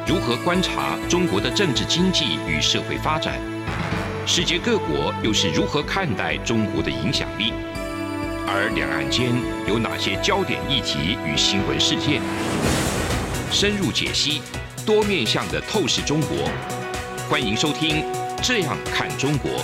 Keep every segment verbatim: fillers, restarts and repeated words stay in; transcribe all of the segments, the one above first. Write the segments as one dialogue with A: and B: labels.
A: 如何观察中国的政治经济与社会发展？世界各国又是如何看待中国的影响力？而两岸间有哪些焦点议题与新闻事件？深入解析，多面向的透视中国。欢迎收听《这样看中国》。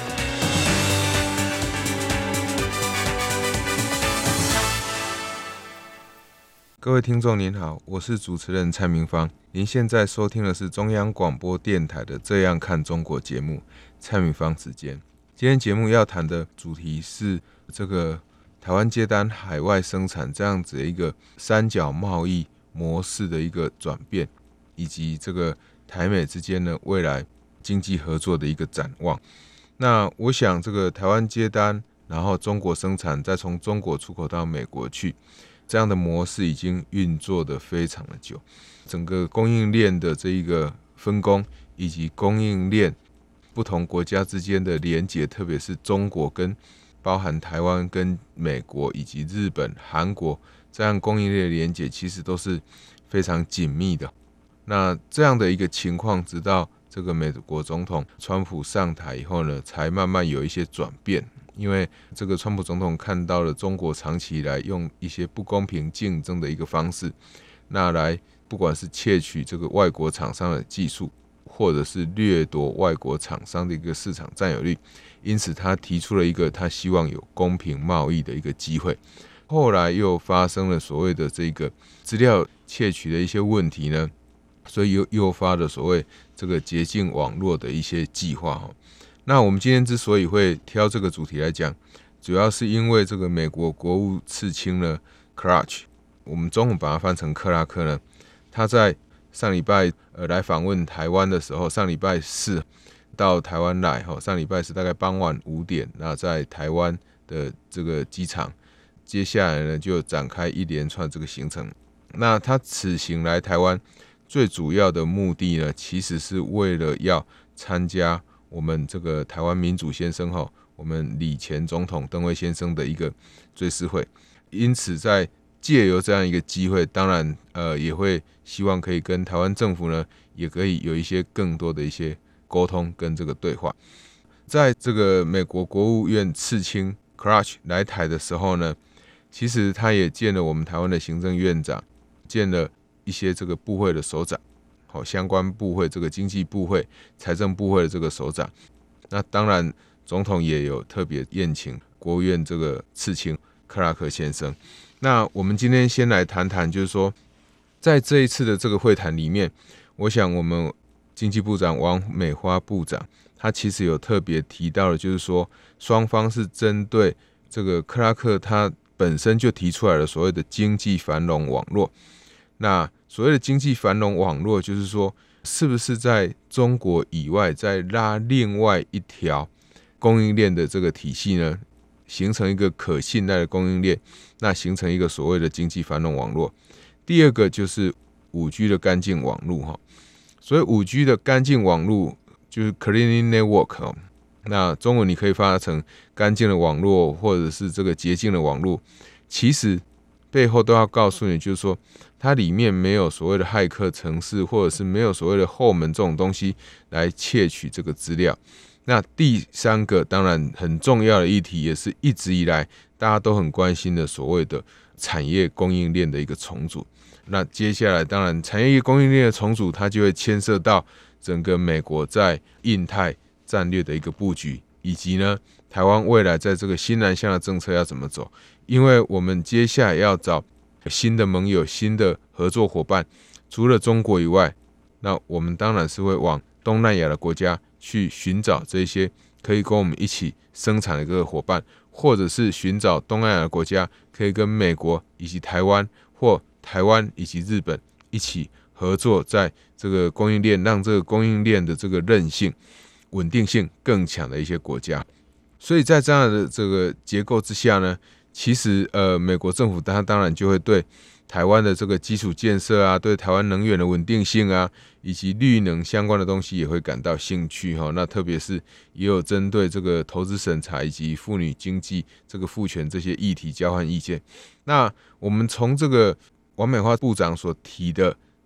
B: 各位听众您好，我是主持人蔡明芳。您现在收听的是中央广播电台的《这样看中国》节目，蔡明芳时间。今天节目要谈的主题是这个台湾接单海外生产这样子的一个三角贸易模式的一个转变，以及这个台美之间呢未来经济合作的一个展望。那我想这个台湾接单，然后中国生产，再从中国出口到美国去，这样的模式已经运作的非常的久，整个供应链的这一个分工，以及供应链不同国家之间的连结，特别是中国跟包含台湾跟美国以及日本、韩国这样供应链的连结，其实都是非常紧密的。那这样的一个情况，直到这个美国总统川普上台以后呢，才慢慢有一些转变。因为这个川普总统看到了中国长期以来用一些不公平竞争的一个方式，那来不管是窃取这个外国厂商的技术，或者是掠夺外国厂商的一个市场占有率，因此他提出了一个他希望有公平贸易的一个机会。后来又发生了所谓的这个资料窃取的一些问题呢，所以又诱发了所谓这个捷径网络的一些计划。那我们今天之所以会挑这个主题来讲，主要是因为这个美国国务次卿呢 Clark， 我们中文把它翻成克拉克呢，他在上礼拜呃来访问台湾的时候，上礼拜四到台湾来，上礼拜是大概傍晚五点，那在台湾的这个机场，接下来呢就展开一连串这个行程。那他此行来台湾最主要的目的呢，其实是为了要参加我们这个台湾民主先生哈，我们李前总统邓威先生的一个追思会，因此在借由这样一个机会，当然呃也会希望可以跟台湾政府呢，也可以有一些更多的一些沟通跟这个对话。在这个美国国务院次卿 Clark 来台的时候呢，其实他也见了我们台湾的行政院长，见了一些这个部会的首长。相关部会，这个经济部会、财政部会的这个首长，那当然总统也有特别宴请国务院这个次卿克拉克先生。那我们今天先来谈谈，就是说在这一次的这个会谈里面，我想我们经济部长王美花部长，他其实有特别提到的，就是说双方是针对这个克拉克他本身就提出来了所谓的经济繁荣网络。那所谓的经济繁荣网络，就是说，是不是在中国以外再拉另外一条供应链的这个体系呢？形成一个可信赖的供应链，那形成一个所谓的经济繁荣网络。第二个就是 五 G 的干净网络，所以 五 G 的干净网络就是 clean network， 那中文你可以翻译成干净的网络，或者是这个洁净的网络。其实背后都要告诉你，就是说它里面没有所谓的骇客程式，或者是没有所谓的后门这种东西来窃取这个资料。那第三个当然很重要的议题，也是一直以来大家都很关心的所谓的产业供应链的一个重组。那接下来当然产业供应链的重组，它就会牵涉到整个美国在印太战略的一个布局，以及呢台湾未来在这个新南向的政策要怎么走。因为我们接下来要找新的盟友、新的合作伙伴，除了中国以外，那我们当然是会往东南亚的国家去寻找这些可以跟我们一起生产的一个伙伴，或者是寻找东南亚的国家可以跟美国以及台湾，或台湾以及日本一起合作，在这个供应链，让这个供应链的这个韧性、稳定性更强的一些国家。所以在这样的这个结构之下呢，其实呃，美国政府它当然就会对台湾的这个基础建设啊，对台湾能源的稳定性啊，以及绿能相关的东西也会感到兴趣哈。那特别是也有针对这个投资审查以及妇女经济这个赋权这些议题交换意见。那我们从这个王美花部长所提的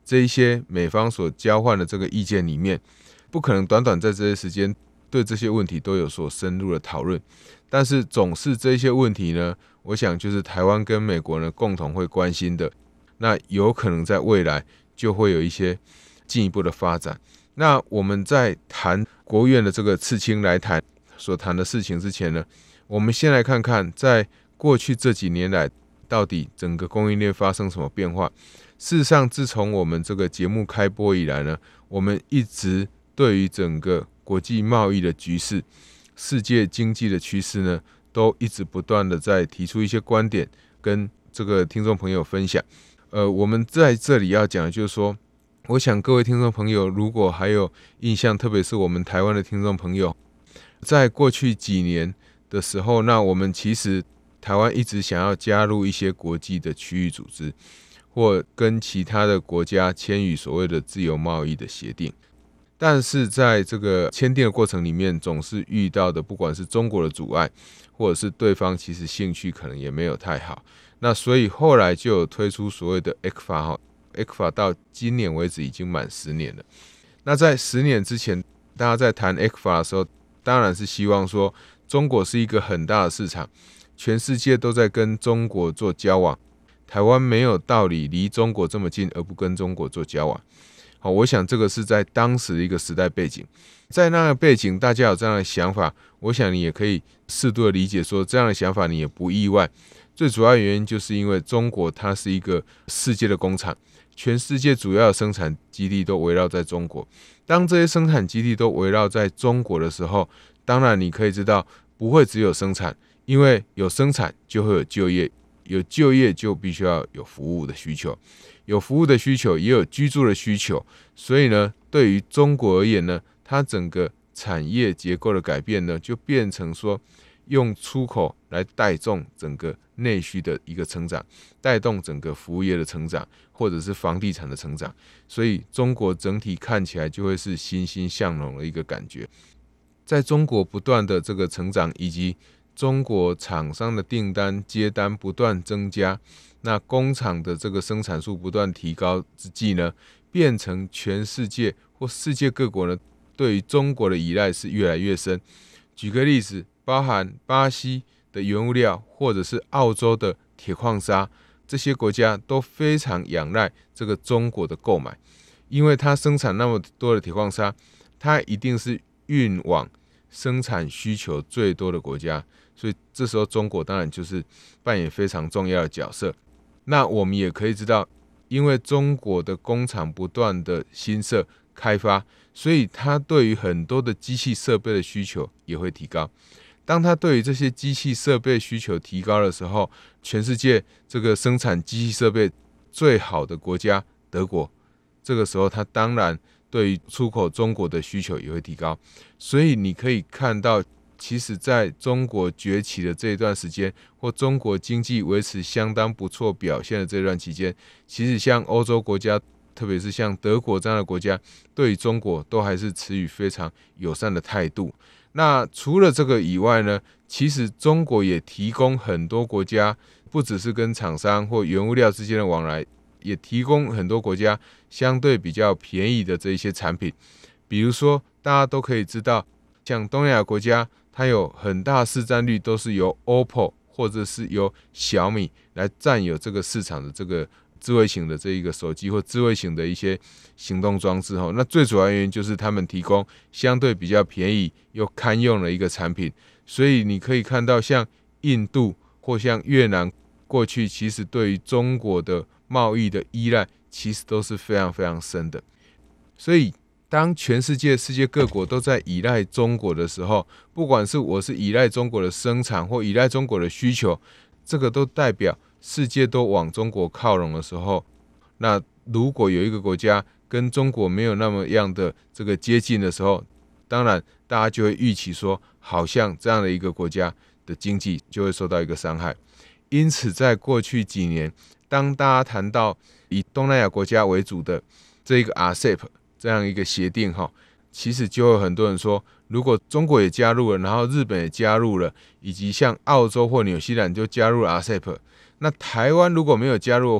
B: 这一些美方所交换的这个意见里面，不可能短短在这些时间对这些问题都有所深入的讨论，但是总是这些问题呢，我想就是台湾跟美国呢共同会关心的，那有可能在未来就会有一些进一步的发展。那我们在谈国务院的这个次青来谈所谈的事情之前呢，我们先来看看在过去这几年来到底整个供应链发生什么变化。事实上，自从我们这个节目开播以来呢，我们一直对于整个国际贸易的局势、世界经济的趋势呢，都一直不断的在提出一些观点，跟这个听众朋友分享。呃，我们在这里要讲的就是说，我想各位听众朋友如果还有印象，特别是我们台湾的听众朋友，在过去几年的时候，那我们其实台湾一直想要加入一些国际的区域组织，或跟其他的国家签署所谓的自由贸易的协定，但是在这个签订的过程里面，总是遇到的不管是中国的阻碍，或者是对方其实兴趣可能也没有太好，那所以后来就有推出所谓的 E C F A， E C F A 到今年为止已经满十年了。那在十年之前，大家在谈 E C F A 的时候，当然是希望说中国是一个很大的市场，全世界都在跟中国做交往，台湾没有道理离中国这么近而不跟中国做交往。好，我想这个是在当时的一个时代背景，在那个背景大家有这样的想法，我想你也可以适度的理解说这样的想法你也不意外。最主要原因就是因为中国它是一个世界的工厂，全世界主要的生产基地都围绕在中国。当这些生产基地都围绕在中国的时候，当然你可以知道不会只有生产，因为有生产就会有就业，有就业就必须要有服务的需求，有服务的需求也有居住的需求，所以呢，对于中国而言呢，它整个产业结构的改变呢，就变成说用出口来带动整个内需的一个成长，带动整个服务业的成长，或者是房地产的成长，所以中国整体看起来就会是欣欣向荣的一个感觉。在中国不断的这个成长，以及中国厂商的订单接单不断增加，那工厂的这个生产数不断提高之际呢，变成全世界或世界各国呢对于中国的依赖是越来越深。举个例子，包含巴西的原物料，或者是澳洲的铁矿砂，这些国家都非常仰赖这个中国的购买，因为它生产那么多的铁矿砂，它一定是运往生产需求最多的国家，所以这时候中国当然就是扮演非常重要的角色。那我们也可以知道，因为中国的工厂不断的新设开发，所以它对于很多的机器设备的需求也会提高。当它对于这些机器设备需求提高的时候，全世界这个生产机器设备最好的国家德国，这个时候它当然对于出口中国的需求也会提高。所以你可以看到，其实在中国崛起的这一段时间，或中国经济维持相当不错表现的这段期间，其实像欧洲国家，特别是像德国这样的国家，对于中国都还是持予非常友善的态度。那除了这个以外呢，其实中国也提供很多国家，不只是跟厂商或原物料之间的往来，也提供很多国家相对比较便宜的这一些产品。比如说大家都可以知道，像东南亚国家，它有很大市占率都是由 O P P O 或者是由小米来占有这个市场的这个智慧型的这一个手机或智慧型的一些行动装置。那最主要原因就是他们提供相对比较便宜又堪用的一个产品。所以你可以看到像印度或像越南，过去其实对于中国的贸易的依赖其实都是非常非常深的。所以当全世界世界各国都在依赖中国的时候，不管是我是依赖中国的生产或依赖中国的需求，这个都代表世界都往中国靠拢的时候，那如果有一个国家跟中国没有那么样的这个接近的时候，当然大家就会预期说，好像这样的一个国家的经济就会受到一个伤害。因此在过去几年，当大家谈到以东南亚国家为主的这个 R C E P 这样一个协定，其实就有很多人说，如果中国也加入了，然后日本也加入了，以及像澳洲或纽西兰就加入了 R C E P， 那台湾如果没有加入的话，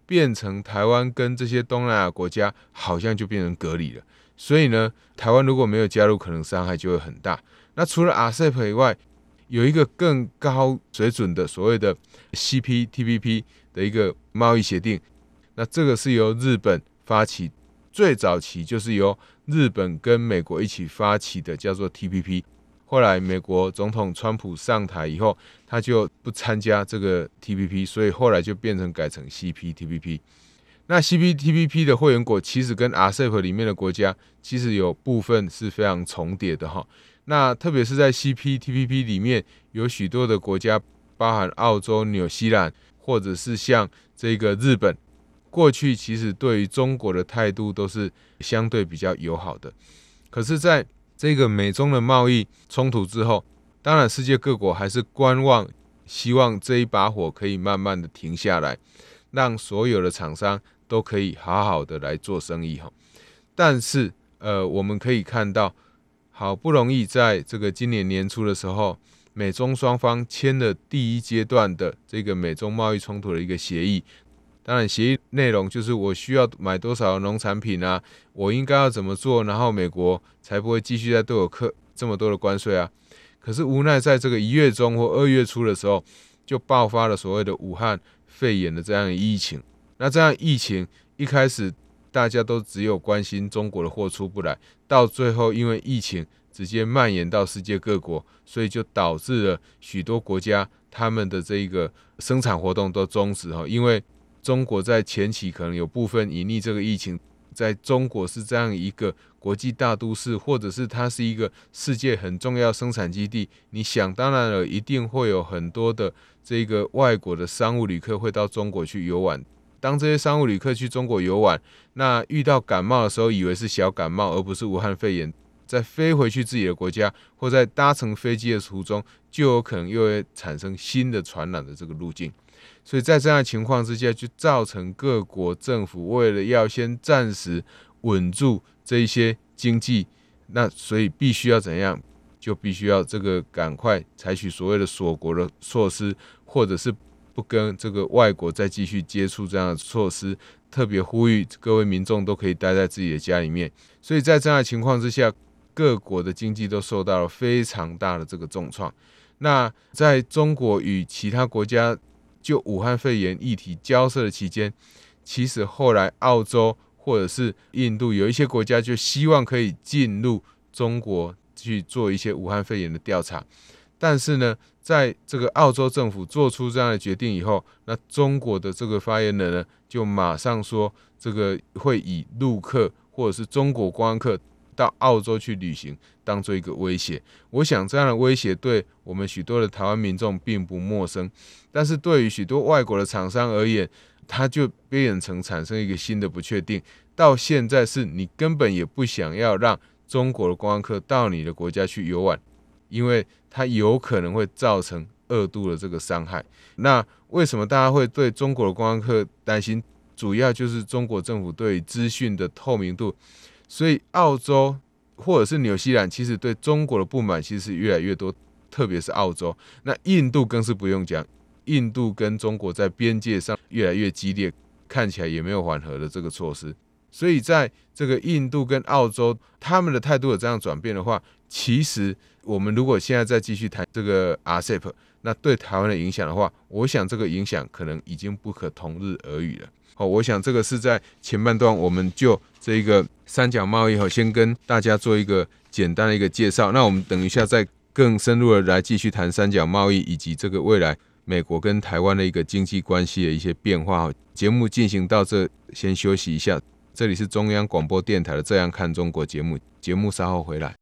B: 变成台湾跟这些东南亚国家好像就变成隔离了。所以呢，台湾如果没有加入，可能伤害就会很大。那除了 A S E P 以外，有一个更高水准的所谓的 C P T P P 的一个贸易协定，那这个是由日本发起，最早期就是由日本跟美国一起发起的，叫做 T P P。后来美国总统川普上台以后，他就不参加这个 T P P， 所以后来就变成改成 C P T P P。那 C P T P P 的会员国其实跟 A S E P 里面的国家其实有部分是非常重叠的哈。那特别是在 C P T P P 里面有许多的国家，包含澳洲、纽西兰，或者是像这个日本，过去其实对于中国的态度都是相对比较友好的。可是在这个美中的贸易冲突之后，当然世界各国还是观望，希望这一把火可以慢慢的停下来，让所有的厂商都可以好好的来做生意。但是呃，我们可以看到，好不容易在这个今年年初的时候，美中双方签了第一阶段的这个美中贸易冲突的一个协议。当然协议内容就是我需要买多少农产品啊，我应该要怎么做，然后美国才不会继续再对我课这么多的关税啊。可是无奈在这个一月中或二月初的时候，就爆发了所谓的武汉肺炎的这样的疫情。那这样疫情一开始大家都只有关心中国的货出不来，到最后因为疫情直接蔓延到世界各国，所以就导致了许多国家他们的这个生产活动都终止。因为中国在前期可能有部分隐匿这个疫情，在中国是这样一个国际大都市，或者是它是一个世界很重要生产基地，你想当然了，一定会有很多的这个外国的商务旅客会到中国去游玩。当这些商务旅客去中国游玩，那遇到感冒的时候，以为是小感冒，而不是武汉肺炎，在飞回去自己的国家，或在搭乘飞机的途中，就有可能又会产生新的传染的这个路径。所以在这样的情况之下，就造成各国政府为了要先暂时稳住这一些经济，那所以必须要怎样，就必须要这个赶快采取所谓的锁国的措施，或者是不跟这个外国再继续接触这样的措施，特别呼吁各位民众都可以待在自己的家里面。所以在这样的情况之下，各国的经济都受到了非常大的这个重创。那在中国与其他国家就武汉肺炎议题交涉的期间，其实后来澳洲或者是印度有一些国家就希望可以进入中国去做一些武汉肺炎的调查。但是呢，在这个澳洲政府做出这样的决定以后，那中国的这个发言人呢，就马上说这个会以陆客或者是中国观光客到澳洲去旅行当做一个威胁。我想这样的威胁对我们许多的台湾民众并不陌生，但是对于许多外国的厂商而言，它就变成产生一个新的不确定。到现在是你根本也不想要让中国的观光客到你的国家去游玩，因为它有可能会造成二度的这个伤害。那为什么大家会对中国的观光客担心？主要就是中国政府对资讯的透明度。所以澳洲或者是纽西兰其实对中国的不满其实是越来越多，特别是澳洲。那印度更是不用讲，印度跟中国在边界上越来越激烈，看起来也没有缓和的这个措施。所以在这个印度跟澳洲他们的态度有这样转变的话，其实我们如果现在再继续谈这个 A S E P， 那对台湾的影响的话，我想这个影响可能已经不可同日而语了。好，我想这个是在前半段我们就这个三角贸易先跟大家做一个简单的一个介绍。那我们等一下再更深入的来继续谈三角贸易以及这个未来美国跟台湾的一个经济关系的一些变化。节目进行到这，先休息一下。这里是中央广播电台的《这样看中国》节目，节目稍后回来。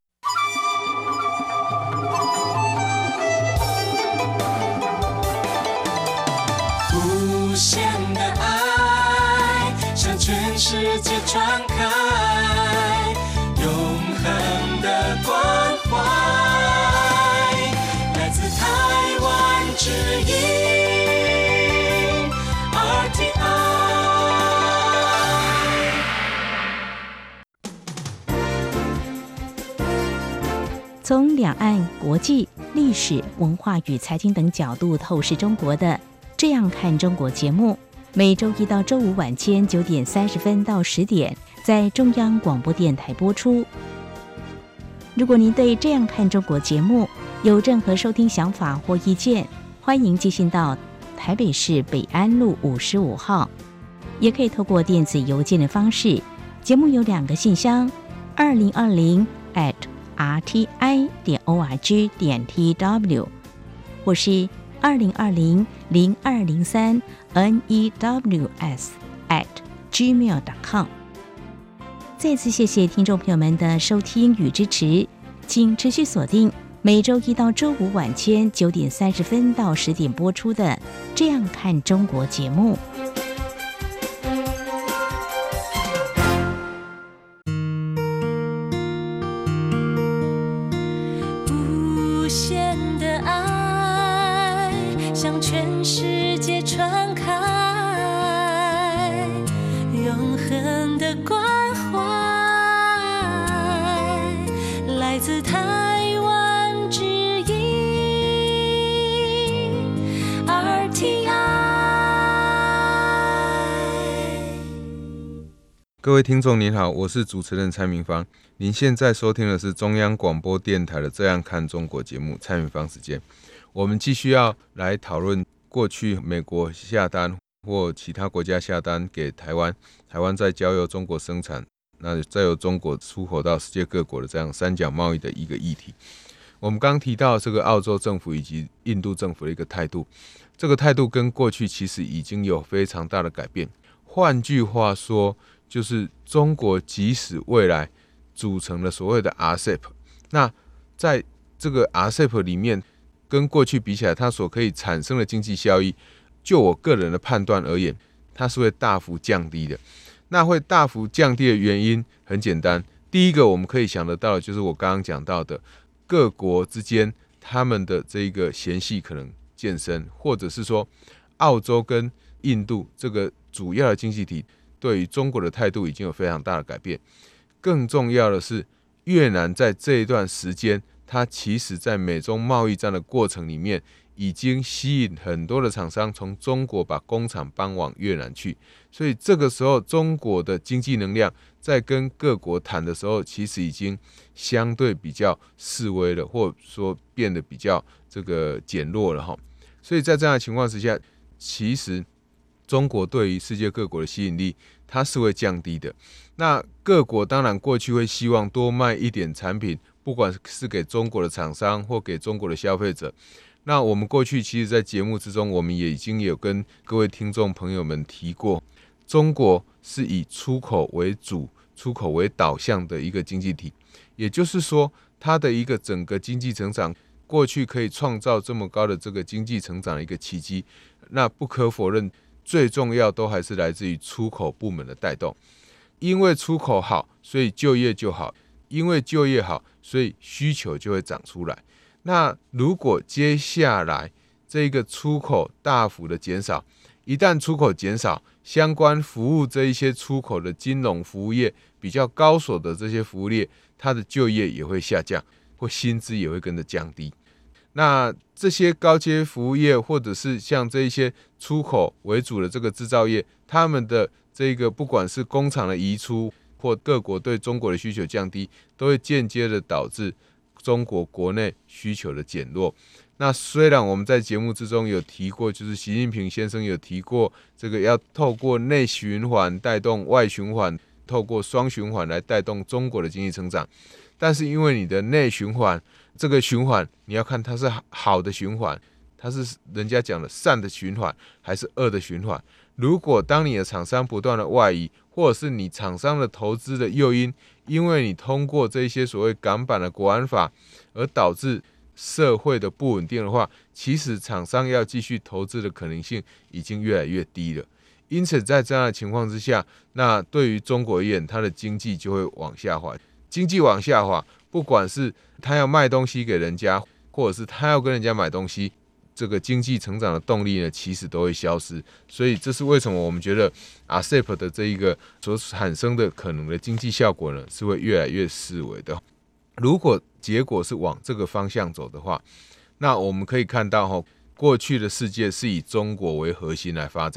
C: 无限的爱向全世界传开，永恒的关怀，来自台湾之音 R T I。
D: 从两岸、国际、历史、文化与财经等角度透视中国的《这样看中国》节目， 每周一到周五晚间九点三十分到十点，在中央广播电台播出。如果您对《这样看中国》节目有任何收听想法或意见，欢迎寄信到台北市北安路五十五号，也可以透过电子邮件的方式。节目有两个信箱：二零二零 at r t i 点 o r g 点 t w， 或是二零二零零二零三 n e w s at gmail 点 com。 再次谢谢听众朋友们的收听与支持，请持续锁定每周一到周五晚间九点三十分到十点播出的《这样看中国》节目。
C: 无限的爱向全世界传开，永恒的关怀来自台湾之音 R T I。
B: 各位听众您好，我是主持人蔡明芳。您现在收听的是中央广播电台的《这样看中国》节目，蔡明芳时间。我们继续要来讨论过去美国下单或其他国家下单给台湾，台湾再交由中国生产，那再由中国出口到世界各国的这样三角贸易的一个议题。我们刚提到这个澳洲政府以及印度政府的一个态度，这个态度跟过去其实已经有非常大的改变。换句话说，就是中国即使未来组成了所谓的 R C E P， 那在这个 R C E P 里面，跟过去比起来，它所可以产生的经济效益，就我个人的判断而言，它是会大幅降低的。那会大幅降低的原因很简单，第一个我们可以想得到的就是我刚刚讲到的，各国之间他们的这个嫌隙可能渐深，或者是说澳洲跟印度这个主要的经济体对于中国的态度已经有非常大的改变。更重要的是，越南在这一段时间，它其实在美中贸易战的过程里面，已经吸引很多的厂商从中国把工厂搬往越南去，所以这个时候中国的经济能量在跟各国谈的时候，其实已经相对比较式微了，或者说变得比较这个减弱了哈。所以在这样的情况之下，其实中国对于世界各国的吸引力，它是会降低的。那各国当然过去会希望多卖一点产品，不管是给中国的厂商或给中国的消费者。那我们过去其实在节目之中，我们也已经有跟各位听众朋友们提过，中国是以出口为主、出口为导向的一个经济体，也就是说，它的一个整个经济成长，过去可以创造这么高的这个经济成长的一个奇迹，那不可否认，最重要都还是来自于出口部门的带动。因为出口好，所以就业就好；因为就业好，所以需求就会长出来。那如果接下来这个出口大幅的减少，一旦出口减少，相关服务这一些出口的金融服务业比较高所得这些服务业，它的就业也会下降，或薪资也会跟着降低。那这些高阶服务业，或者是像这一些出口为主的这个制造业，他们的这个不管是工厂的移出，或各国对中国的需求降低，都会间接的导致中国国内需求的减弱。那虽然我们在节目之中有提过，就是习近平先生有提过，这个要透过内循环带动外循环，透过双循环来带动中国的经济成长。但是因为你的内循环这个循环，你要看它是好的循环，它是人家讲的善的循环，还是恶的循环。如果当你的厂商不断的外移，或者是你厂商的投资的诱因，因为你通过这些所谓港版的国安法而导致社会的不稳定的话，其实厂商要继续投资的可能性已经越来越低了。因此在这样的情况之下，那对于中国而言，它的经济就会往下滑。经济往下滑，不管是他要卖东西给人家，或者是他要跟人家买东西，这个经济成长的动力呢，其实都会消失。所以这是为什么我们觉得 R C E P 的这一个所产生的可能的经济效果呢，是会越来越式微的。如果结果是往这个方向走的话，那我们可以看到过去的世界是以中国为核心来发展，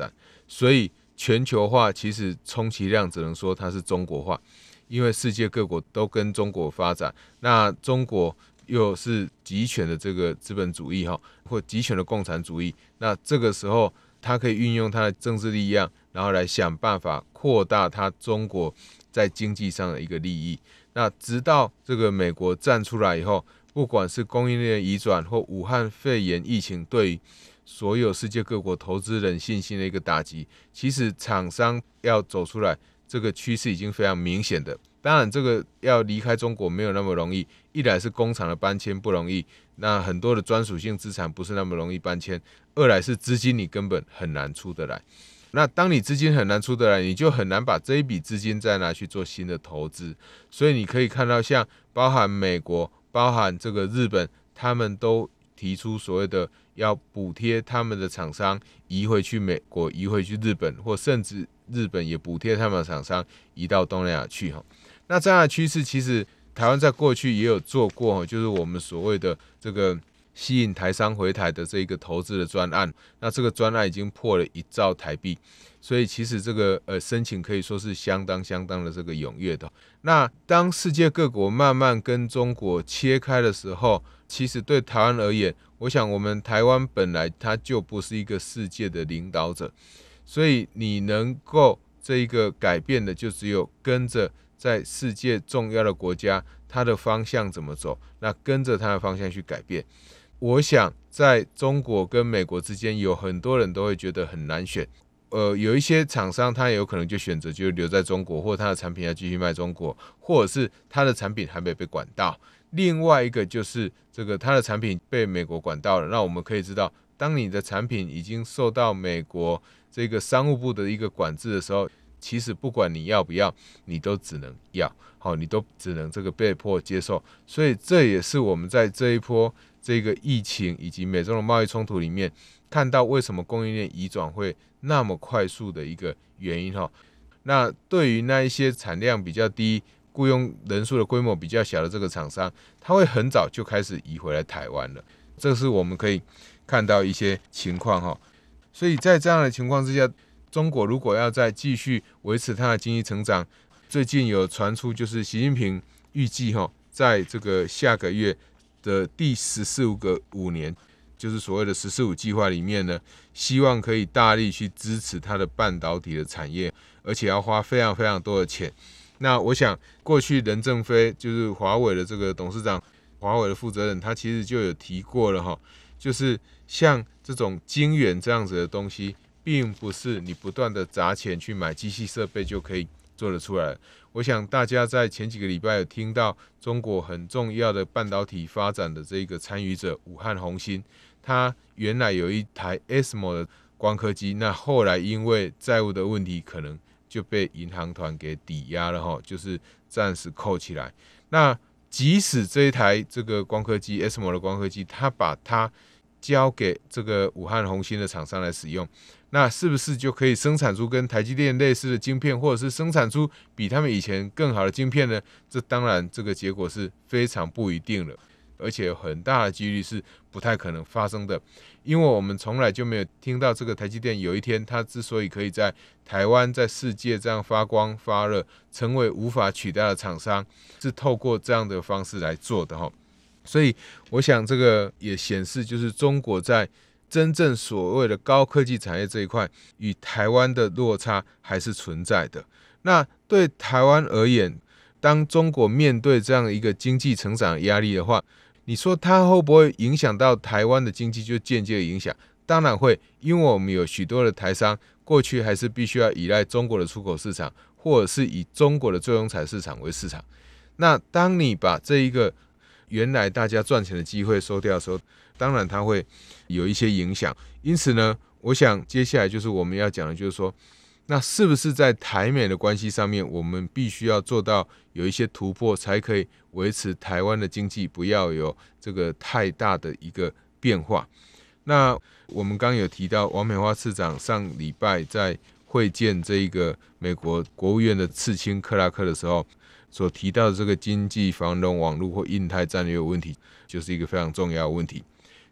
B: 所以全球化其实充其量只能说它是中国化，因为世界各国都跟中国发展，那中国又是极权的这个资本主义或极权的共产主义，那这个时候它可以运用它的政治力量，然后来想办法扩大它中国在经济上的一个利益。那直到这个美国站出来以后，不管是供应链移转或武汉肺炎疫情对所有世界各国投资人信心的一个打击，其实厂商要走出来，这个趋势已经非常明显的。当然这个要离开中国没有那么容易，一来是工厂的搬迁不容易，那很多的专属性资产不是那么容易搬迁，二来是资金你根本很难出得来。那当你资金很难出得来，你就很难把这一笔资金再拿去做新的投资。所以你可以看到像包含美国包含这个日本，他们都提出所谓的要补贴他们的厂商移回去美国，移回去日本，或甚至日本也补贴他们的厂商移到东南亚去。那这样的趋势其实台湾在过去也有做过，就是我们所谓的这个吸引台商回台的这一个投资的专案，那这个专案已经破了一兆台币，所以其实这个呃申请可以说是相当相当的这个踊跃的。那当世界各国慢慢跟中国切开的时候，其实对台湾而言，我想我们台湾本来它就不是一个世界的领导者，所以你能够这一个改变的就只有跟着在世界重要的国家它的方向怎么走，那跟着它的方向去改变。我想在中国跟美国之间有很多人都会觉得很难选，呃，有一些厂商他有可能就选择就留在中国，或他的产品要继续卖中国，或者是他的产品还没被管到。另外一个就是这个他的产品被美国管到了，那我们可以知道，当你的产品已经受到美国这个商务部的一个管制的时候，其实不管你要不要，你都只能要，好，你都只能这个被迫接受。所以这也是我们在这一波这个疫情以及美中的贸易冲突里面，看到为什么供应链移转会那么快速的一个原因。那对于那一些产量比较低、雇佣人数的规模比较小的这个厂商，他会很早就开始移回来台湾了，这是我们可以看到一些情况。所以在这样的情况之下，中国如果要再继续维持它的经济成长，最近有传出就是习近平预计在这个下个月的第十四个五年，就是所谓的十四五计划里面呢，希望可以大力去支持它的半导体的产业，而且要花非常非常多的钱。那我想过去任正非就是华为的这个董事长，华为的负责人，他其实就有提过了，就是像这种晶圆这样子的东西，并不是你不断的砸钱去买机器设备就可以做得出来。我想大家在前几个礼拜有听到中国很重要的半导体发展的这个参与者武汉弘芯，他原来有一台 A S M O 的光刻机，那后来因为债务的问题，可能就被银行团给抵押了，就是暂时扣起来。那即使这一台这个光刻机 A S M O 的光刻机，他把它交给这个武汉弘芯的厂商来使用，那是不是就可以生产出跟台积电类似的晶片，或者是生产出比他们以前更好的晶片呢？这当然这个结果是非常不一定了，而且有很大的几率是不太可能发生的，因为我们从来就没有听到这个台积电有一天它之所以可以在台湾在世界这样发光发热，成为无法取代的厂商，是透过这样的方式来做的。所以我想这个也显示，就是中国在真正所谓的高科技产业这一块，与台湾的落差还是存在的。那对台湾而言，当中国面对这样一个经济成长的压力的话，你说它会不会影响到台湾的经济？就间接的影响，当然会，因为我们有许多的台商过去还是必须要依赖中国的出口市场，或者是以中国的最终采市场为市场。那当你把这一个原来大家赚钱的机会收掉的时候，当然它会有一些影响。因此呢，我想接下来就是我们要讲的，就是说，那是不是在台美的关系上面，我们必须要做到有一些突破，才可以维持台湾的经济不要有这个太大的一个变化。那我们刚刚有提到，王美花次长上礼拜在会见这个美国国务院的次卿克拉克的时候，所提到的这个经济繁荣网络或印太战略问题，就是一个非常重要的问题。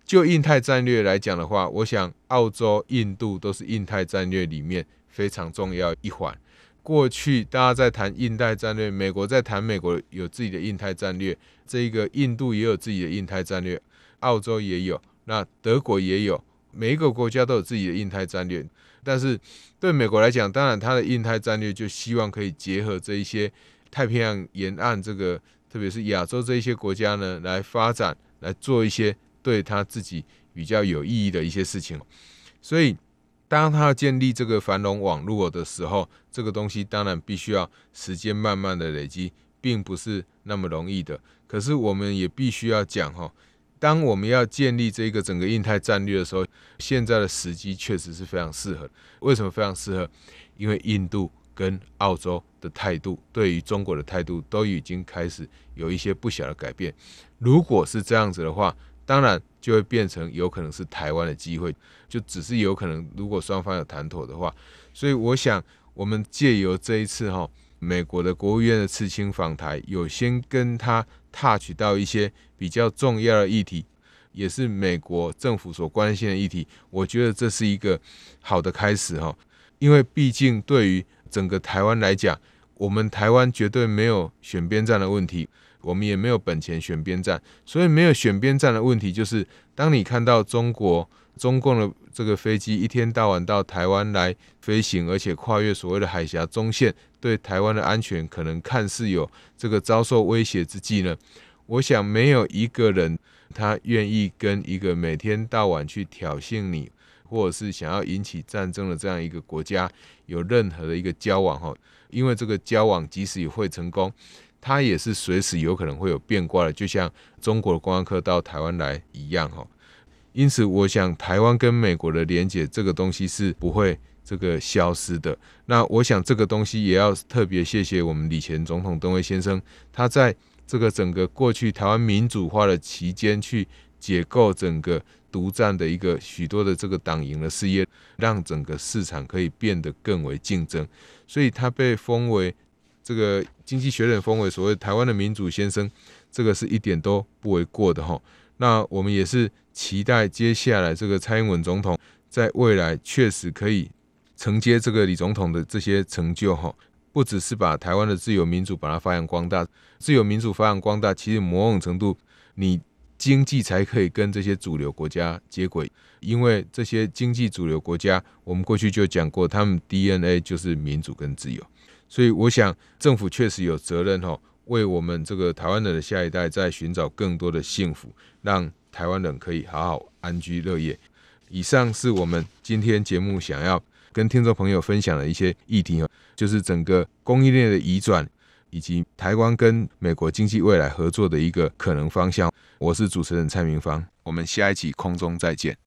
B: 就印太战略来讲的话，我想澳洲、印度都是印太战略里面非常重要一环。过去大家在谈印太战略，美国在谈美国有自己的印太战略，这个印度也有自己的印太战略，澳洲也有，那德国也有，每一个国家都有自己的印太战略。但是对美国来讲，当然它的印太战略就希望可以结合这一些太平洋沿岸这个，特别是亚洲这一些国家呢，来发展，来做一些对他自己比较有意义的一些事情。所以当他要建立这个繁荣网络的时候，这个东西当然必须要时间慢慢的累积，并不是那么容易的。可是我们也必须要讲，当我们要建立这个整个印太战略的时候，现在的时机确实是非常适合。为什么非常适合？因为印度跟澳洲的态度，对于中国的态度都已经开始有一些不小的改变。如果是这样子的话，当然就会变成有可能是台湾的机会，就只是有可能，如果双方有谈妥的话。所以我想，我们借由这一次哈，美国的国务院的次卿访台，有先跟他 touch 到一些比较重要的议题，也是美国政府所关心的议题。我觉得这是一个好的开始哈，因为毕竟对于整个台湾来讲，我们台湾绝对没有选边站的问题，我们也没有本钱选边站，所以没有选边站的问题就是，当你看到中国中共的这个飞机一天到晚到台湾来飞行，而且跨越所谓的海峡中线，对台湾的安全可能看似有这个遭受威胁之际呢，我想没有一个人他愿意跟一个每天到晚去挑衅你，或者是想要引起战争的这样一个国家有任何的一个交往，因为这个交往即使也会成功，它也是随时有可能会有变卦的，就像中国的观光客到台湾来一样。因此我想台湾跟美国的连结这个东西是不会这个消失的。那我想这个东西也要特别谢谢我们李前总统登辉先生，他在这个整个过去台湾民主化的期间去解构整个独占的一个许多的这个党营的事业，让整个市场可以变得更为竞争，所以他被封为这个经济学人封为所谓台湾的民主先生，这个是一点都不为过的。那我们也是期待接下来这个蔡英文总统在未来确实可以承接这个李总统的这些成就，不只是把台湾的自由民主把它发扬光大，自由民主发扬光大，其实某种程度你经济才可以跟这些主流国家接轨，因为这些经济主流国家我们过去就讲过，他们 D N A 就是民主跟自由。所以我想政府确实有责任为我们这个台湾人的下一代在寻找更多的幸福，让台湾人可以好好安居乐业。以上是我们今天节目想要跟听众朋友分享的一些议题，就是整个供应链的移转，以及台湾跟美国经济未来合作的一个可能方向。我是主持人蔡明芳，我们下一集空中再见。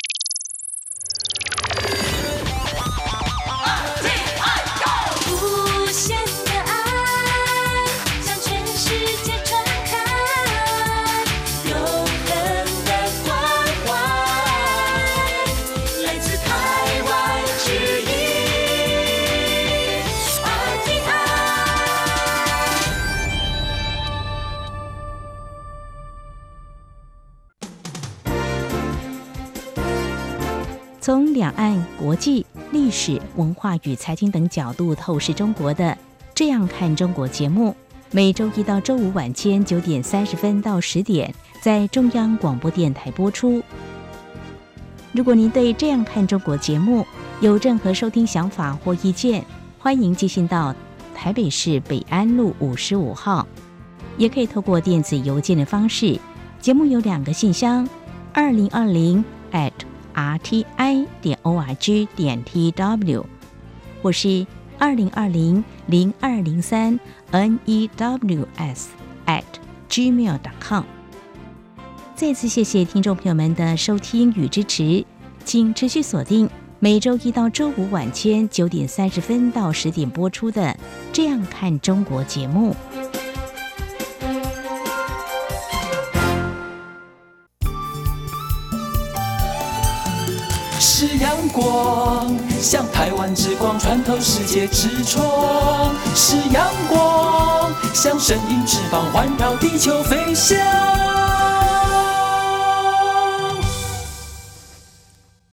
D: 从两岸、国际、历史、文化与财经等角度透视中国的《这样看中国》节目，每周一到周五晚间九点三十分到十点，在中央广播电台播出。如果您对《这样看中国》节目有任何收听想法或意见，欢迎寄信到台北市北安路五十五号，也可以透过电子邮件的方式。节目有两个信箱：二零二零 at r t i 点 o r g 点 t w， 或是二零二零零二零三 n e w s at gmail 点 com。 再次谢谢听众朋友们的收听与支持，请持续锁定每周一到周五晚间九点三十分到十点播出的《这样看中国》节目。
C: 是阳光，像台湾之光穿透世界之窗；是阳光，像神鹰翅膀环绕地球飞翔。